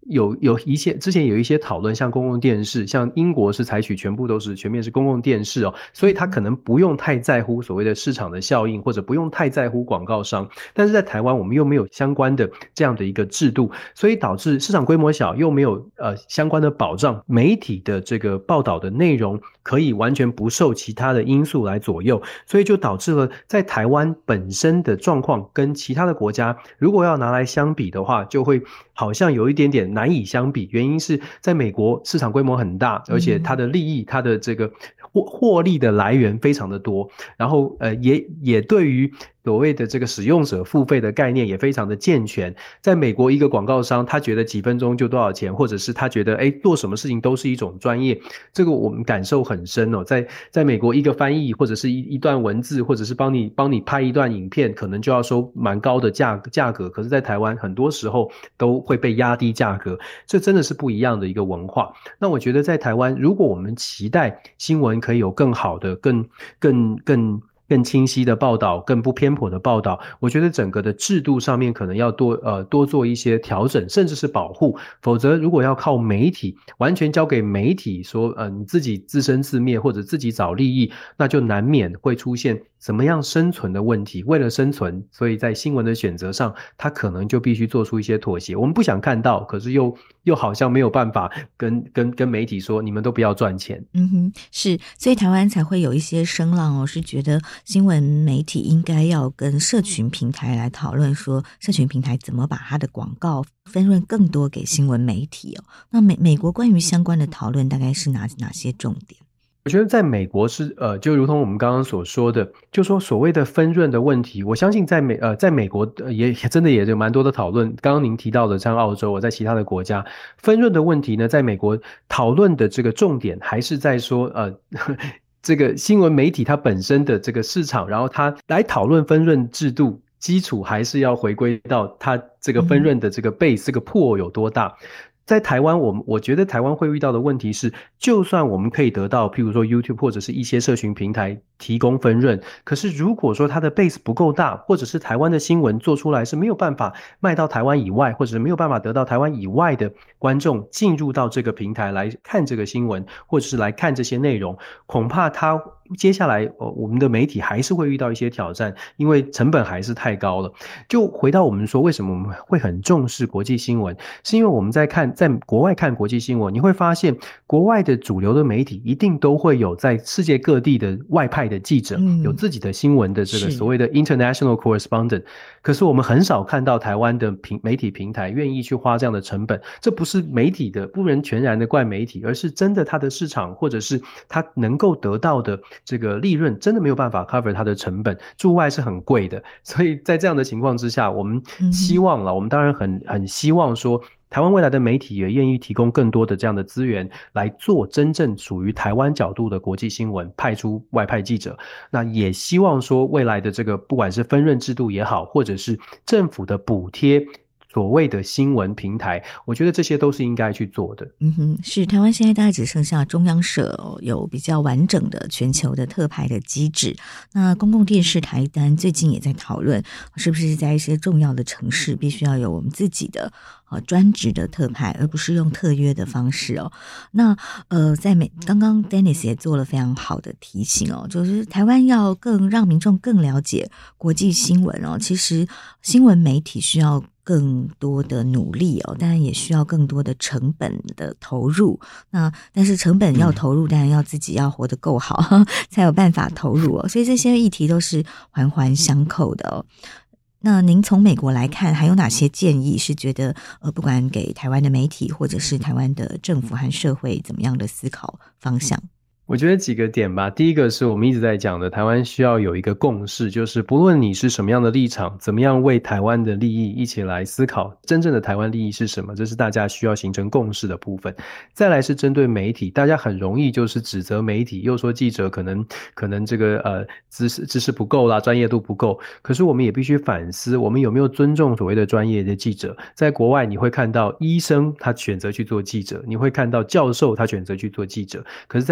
有一些之前有一些讨论，像公共电视，像英国是采取全面是公共电视哦，所以他可能不用太在乎所谓的市场的效应，或者不用太在乎广告商。但是在台湾我们又没有相关的这样的一个制度，所以导致市场规模小，又没有相关的保障，媒体的这个报道的内容可以完全不受其他的因素来左右，所以就导致了在台湾本身的状况跟其他的国家如果要拿来相比的话，就会好像有一点点难以相比。原因是在美国市场规模很大，而且它的利益，它的这个获利的来源非常的多，然后也对于所谓的这个使用者付费的概念也非常的健全。在美国一个广告商他觉得几分钟就多少钱，或者是他觉得做什么事情都是一种专业，这个我们感受很深哦。在美国一个翻译或者是一段文字，或者是帮你拍一段影片，可能就要收蛮高的价格，可是在台湾很多时候都会被压低价格，这真的是不一样的一个文化。那我觉得在台湾，如果我们期待新闻可以有更好的更清晰的报道，更不偏颇的报道，我觉得整个的制度上面可能要多做一些调整，甚至是保护。否则如果要靠媒体，完全交给媒体说你自己自生自灭，或者自己找利益，那就难免会出现怎么样生存的问题。为了生存，所以在新闻的选择上，他可能就必须做出一些妥协。我们不想看到，可是又好像没有办法跟媒体说你们都不要赚钱。 是，所以台湾才会有一些声浪是觉得新闻媒体应该要跟社群平台来讨论，说社群平台怎么把它的广告分润更多给新闻媒体那美国关于相关的讨论大概是哪些重点？ 我觉得在美国是就如同我们刚刚所说的，就说所谓的分润的问题，我相信在美国也真的也有蛮多的讨论。刚刚您提到的像澳洲，在其他的国家，分润的问题呢，在美国讨论的这个重点还是在说这个新闻媒体它本身的这个市场，然后它来讨论分润制度，基础还是要回归到它这个分润的这个 base 这个 pool 有多大。在台湾我觉得台湾会遇到的问题是，就算我们可以得到譬如说 YouTube 或者是一些社群平台提供分润，可是如果说它的 base 不够大，或者是台湾的新闻做出来是没有办法卖到台湾以外，或者是没有办法得到台湾以外的观众进入到这个平台来看这个新闻，或者是来看这些内容，恐怕它接下来我们的媒体还是会遇到一些挑战，因为成本还是太高了。就回到我们说为什么我们会很重视国际新闻，是因为我们在国外看国际新闻，你会发现国外的主流的媒体一定都会有在世界各地的外派的记者，有自己的新闻的这个所谓的 international correspondent， 可是我们很少看到台湾的媒体平台愿意去花这样的成本。这不是媒体的不能全然的怪媒体，而是真的它的市场或者是它能够得到的这个利润真的没有办法 cover 它的成本，驻外是很贵的。所以在这样的情况之下，我们希望了，我们当然很希望说台湾未来的媒体也愿意提供更多的这样的资源来做真正属于台湾角度的国际新闻，派出外派记者。那也希望说未来的这个不管是分润制度也好，或者是政府的补贴所谓的新闻平台，我觉得这些都是应该去做的。 是，台湾现在大概只剩下中央社有比较完整的全球的特派的机制。那公共电视台单最近也在讨论，是不是在一些重要的城市必须要有我们自己的专职的特派，而不是用特约的方式那刚刚 Dennis 也做了非常好的提醒就是台湾要更让民众更了解国际新闻其实新闻媒体需要更多的努力当然也需要更多的成本的投入。但是成本要投入，当然要自己要活得够好才有办法投入所以这些议题都是环环相扣的那您从美国来看，还有哪些建议是觉得不管给台湾的媒体或者是台湾的政府和社会怎么样的思考方向？ 我觉得几个点吧。第一个是我们一直在讲的，台湾需要有一个共识，就是不论你是什么样的立场，怎么样为台湾的利益一起来思考真正的台湾利益是什么，这是大家需要形成共识的部分。再来是针对媒体，大家很容易就是指责媒体，又说记者可能这个知识不够啦，专业度不够。可是我们也必须反思，我们有没有尊重所谓的专业的记者。在国外你会看到医生他选择去做记者，你会看到教授他选择去做记者，可是在台湾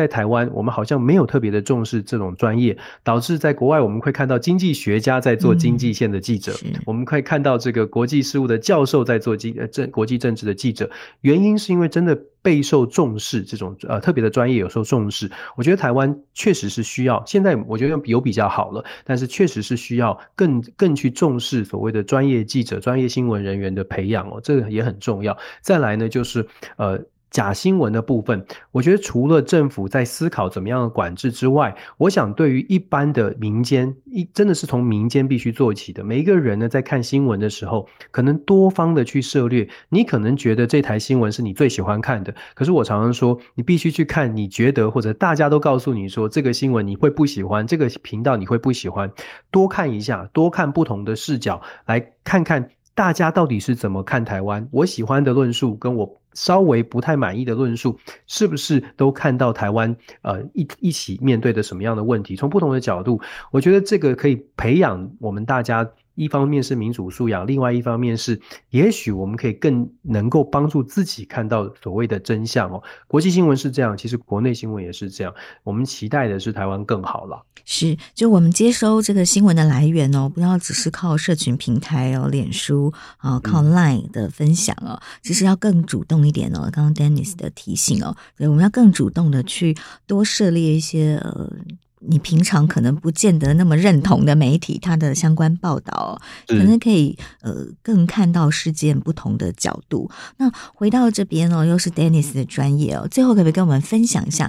湾我们好像没有特别的重视这种专业，导致在国外我们会看到经济学家在做经济线的记者，我们可以看到这个国际事务的教授在做国际政治的记者，原因是因为真的备受重视，这种特别的专业有受重视。我觉得台湾确实是需要，现在我觉得有比较好了，但是确实是需要更去重视所谓的专业记者、专业新闻人员的培养哦，这个也很重要。再来呢，就是假新闻的部分，我觉得除了政府在思考怎么样的管制之外，我想对于一般的民间，真的是从民间必须做起的。每一个人呢，在看新闻的时候，可能多方的去涉猎。你可能觉得这台新闻是你最喜欢看的，可是我常常说，你必须去看你觉得或者大家都告诉你说这个新闻你会不喜欢，这个频道你会不喜欢，多看一下，多看不同的视角，来看看大家到底是怎么看台湾。我喜欢的论述跟我稍微不太满意的论述，是不是都看到台湾一起面对的什么样的问题，从不同的角度，我觉得这个可以培养我们大家，一方面是民主素养，另外一方面是也许我们可以更能够帮助自己看到所谓的真相哦。国际新闻是这样，其实国内新闻也是这样，我们期待的是台湾更好了。 是，就我们接收这个新闻的来源哦，不要只是靠社群平台哦，脸书靠 LINE 的分享哦，其实要更主动一点哦。刚刚 Dennis 的提醒哦，所以我们要更主动的去多涉猎一些你平常可能不见得那么认同的媒体，它的相关报道可能可以更看到事件不同的角度。那回到这边哦，又是 Dennis 的专业哦，最后可不可以跟我们分享一下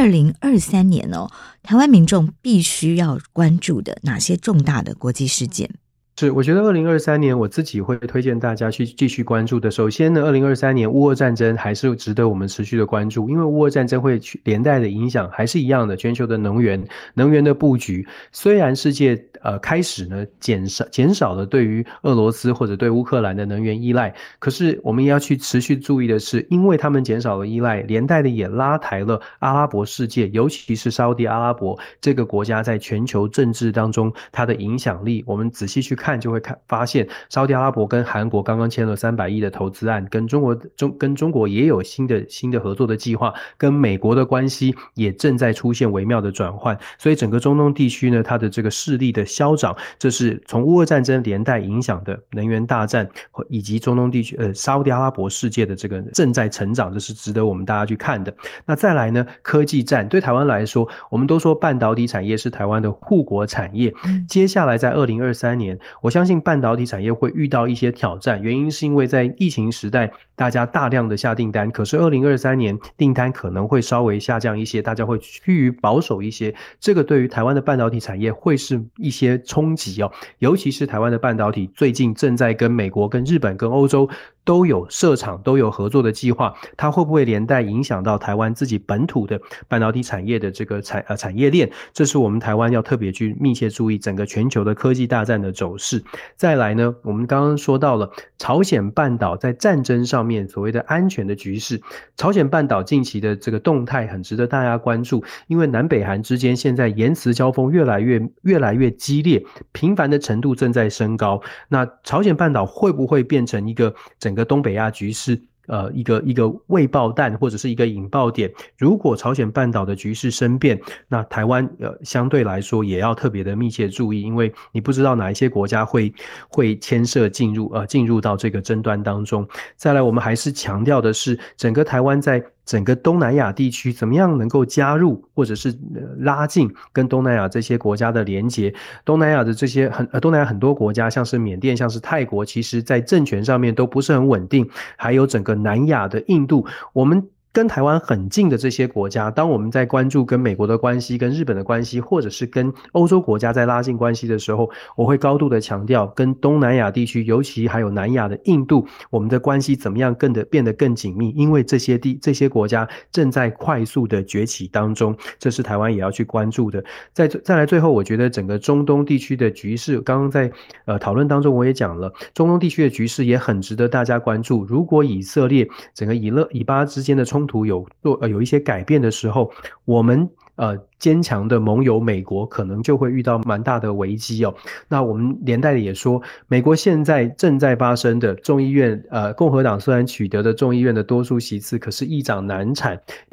2023年哦，台湾民众必须要关注的哪些重大的国际事件？ 是，我觉得2023年我自己会推荐大家去继续关注的。首先呢，2023年乌俄战争还是值得我们持续的关注，因为乌俄战争会连带的影响还是一样的，全球的能源的布局。虽然世界开始呢减少了对于俄罗斯或者对乌克兰的能源依赖，可是我们也要去持续注意的是，因为他们减少了依赖，连带的也拉抬了阿拉伯世界，尤其是沙烏地阿拉伯这个国家在全球政治当中它的影响力。我们仔细去看就会发现，沙烏地阿拉伯跟韩国刚刚签了300亿的投资案，跟中国也有新的合作的计划，跟美国的关系也正在出现微妙的转换。所以整个中东地区呢，它的这个势力的消长，这是从乌俄战争连带影响的能源大战，以及中东地区沙烏地阿拉伯世界的这个正在成长，这是值得我们大家去看的。那再来呢，科技战对台湾来说，我们都说半导体产业是台湾的护国产业，接下来在2023年，我相信半导体产业会遇到一些挑战，原因是因为在疫情时代大家大量的下订单，可是2023年订单可能会稍微下降一些，大家会趋于保守一些，这个对于台湾的半导体产业会是一些冲击哦。尤其是台湾的半导体最近正在跟美国跟日本跟欧洲都有设厂都有合作的计划，它会不会连带影响到台湾自己本土的半导体产业的这个产业链，这是我们台湾要特别去密切注意整个全球的科技大战的走势。再来呢，我们刚刚说到了朝鲜半岛在战争上面所谓的安全的局势，朝鲜半岛近期的这个动态很值得大家关注，因为南北韩之间现在言辞交锋越来越激烈，频繁的程度正在升高。那朝鲜半岛会不会变成一个整个东北亚局势一个未爆弹或者是一个引爆点？如果朝鲜半岛的局势生变，那台湾相对来说也要特别的密切注意，因为你不知道哪一些国家会牵涉进入到这个争端当中。再来，我们还是强调的是，整个台湾在整个东南亚地区怎么样能够加入或者是拉近跟东南亚这些国家的连结。东南亚的东南亚很多国家，像是缅甸，像是泰国，其实在政权上面都不是很稳定，还有整个南亚的印度，我们跟台湾很近的这些国家，当我们在关注跟美国的关系、跟日本的关系，或者是跟欧洲国家在拉近关系的时候，我会高度的强调跟东南亚地区，尤其还有南亚的印度，我们的关系怎么样变得更紧密，因为这些国家正在快速的崛起当中，这是台湾也要去关注的。再来最后，我觉得整个中东地区的局势，刚刚在讨论当中我也讲了，中东地区的局势也很值得大家关注。如果以色列整个以巴之间的冲突有一些改变的时候，我们坚强的盟友美国可能就会遇到蛮大的危机哦。那我们连带的也说，美国现在正在发生的众议院共和党虽然取得的众议院的多数席次，可是议长难产，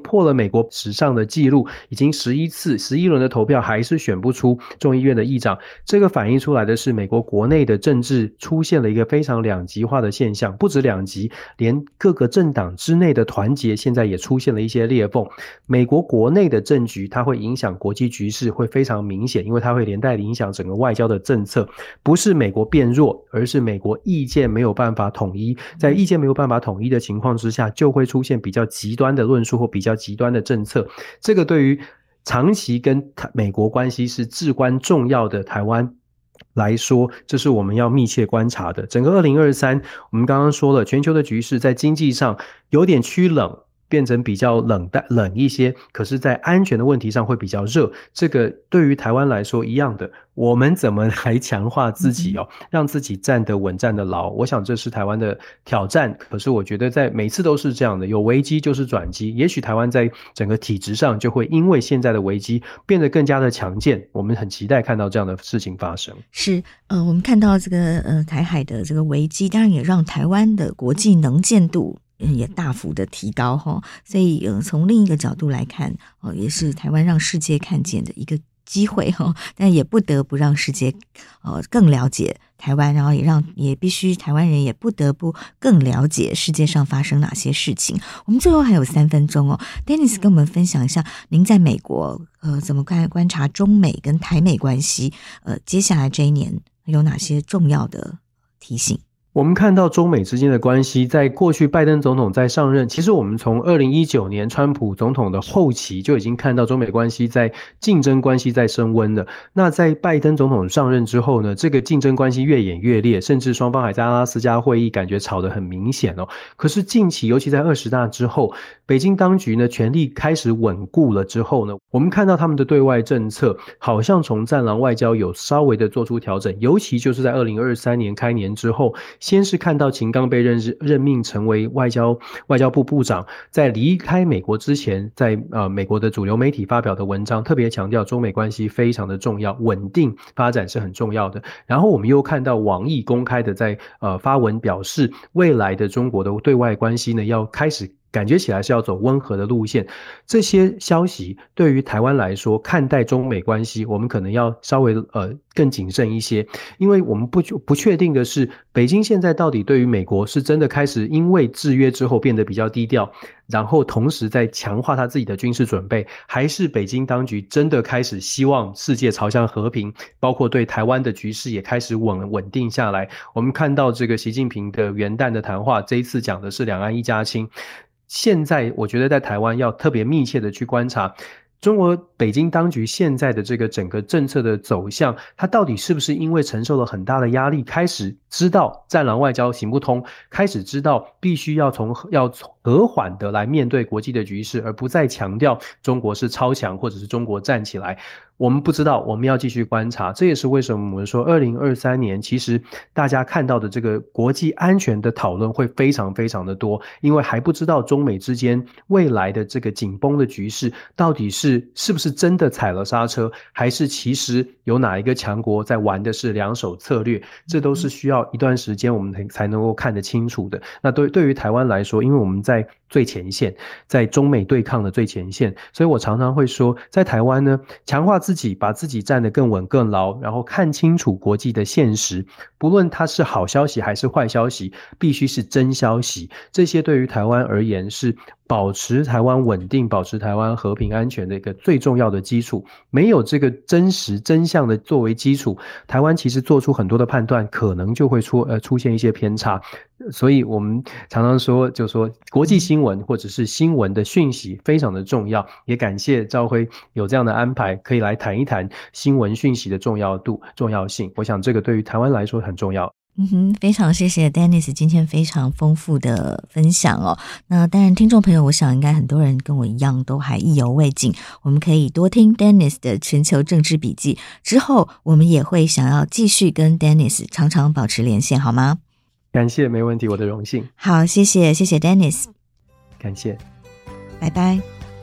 破了美国史上的纪录，已经11轮的投票还是选不出众议院的议长。这个反映出来的是美国国内的政治出现了一个非常两极化的现象，不止两极，连各个政党之内的团结现在也出现了一些裂缝。美国国内的政局它会影响国际局势会非常明显，因为它会连带影响整个外交的政策，不是美国变弱，而是美国意见没有办法统一，在意见没有办法统一的情况之下，就会出现比较极端的论述或比较极端的政策。这个对于长期跟美国关系是至关重要的台湾来说，这是我们要密切观察的。整个2023，我们刚刚说了，全球的局势在经济上有点趋冷，变成比较冷一些，可是在安全的问题上会比较热。这个对于台湾来说一样的，我们怎么来强化自己让自己站得稳站得牢，我想这是台湾的挑战。可是我觉得在每次都是这样的，有危机就是转机，也许台湾在整个体制上就会因为现在的危机变得更加的强健，我们很期待看到这样的事情发生。 是我们看到这个台海的这个危机，当然也让台湾的国际能见度也大幅的提高所以从另一个角度来看也是台湾让世界看见的一个机会但也不得不让世界更了解台湾，然后也必须台湾人也不得不更了解世界上发生哪些事情。我们最后还有3分钟Dennis 跟我们分享一下您在美国怎么观察中美跟台美关系，接下来这一年有哪些重要的提醒？ 我们看到中美之间的关系，在过去拜登总统在上任，其实我们从2019年川普总统的后期就已经看到中美关系在竞争关系在升温了。那在拜登总统上任之后呢，这个竞争关系越演越烈，甚至双方还在阿拉斯加会议感觉吵得很明显可是近期尤其在20大之后，北京当局呢权力开始稳固了之后呢，我们看到他们的对外政策好像从战狼外交有稍微的做出调整，尤其就是在2023年开年之后，先是看到秦刚被任命成为外交部部长，在离开美国之前，在美国的主流媒体发表的文章特别强调中美关系非常的重要，稳定发展是很重要的。然后我们又看到王毅公开的在发文表示，未来的中国的对外关系呢要开始感觉起来是要走温和的路线。这些消息对于台湾来说，看待中美关系我们可能要稍微更谨慎一些，因为我们不确定的是，北京现在到底对于美国是真的开始因为制约之后变得比较低调，然后同时在强化他自己的军事准备，还是北京当局真的开始希望世界朝向和平，包括对台湾的局势也开始稳定下来。我们看到这个习近平的元旦的谈话，这一次讲的是两岸一家亲。现在我觉得在台湾要特别密切的去观察中国北京当局现在的这个整个政策的走向，它到底是不是因为承受了很大的压力，开始知道战狼外交行不通，开始知道必须要和缓的来面对国际的局势，而不再强调中国是超强或者是中国站起来。我们不知道，我们要继续观察。这也是为什么我们说2023年其实大家看到的这个国际安全的讨论会非常非常的多，因为还不知道中美之间未来的这个紧绷的局势到底是不是真的踩了刹车，还是其实有哪一个强国在玩的是两手策略，这都是需要一段时间我们才能够看得清楚的。那对于台湾来说，因为我们在最前线，在中美对抗的最前线，所以我常常会说，在台湾呢，强化自己，把自己站得更稳更牢，然后看清楚国际的现实，不论它是好消息还是坏消息，必须是真消息。这些对于台湾而言是保持台湾稳定，保持台湾和平安全的一个最重要的基础。没有这个真实真相的作为基础，台湾其实做出很多的判断可能就会出现一些偏差。所以我们常常说，就说国际新闻或者是新闻的讯息非常的重要，也感谢兆辉有这样的安排，可以来谈一谈新闻讯息的重要性。我想这个对于台湾来说很重要。 非常谢谢 Dennis 今天非常丰富的分享那当然听众朋友，我想应该很多人跟我一样都还意犹未尽，我们可以多听 Dennis 的全球政治笔记，之后我们也会想要继续跟 Dennis 常常保持连线，好吗？ 感谢，没问题，我的荣幸。 好，谢谢 Dennis， 感谢， 拜拜。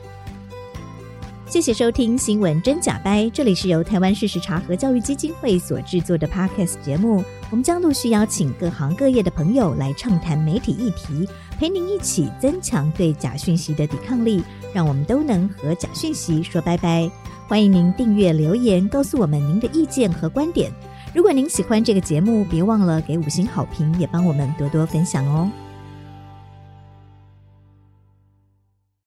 谢谢收听新闻真假掰，这里是由台湾事实查核教育基金会所制作的 Podcast 节目，我们将陆续邀请各行各业的朋友来畅谈媒体议题， 陪您一起增强对假讯息的抵抗力，让我们都能和假讯息说拜拜。欢迎您订阅留言告诉我们您的意见和观点。如果您喜欢这个节目，别忘了给5星好评，也帮我们多多分享哦。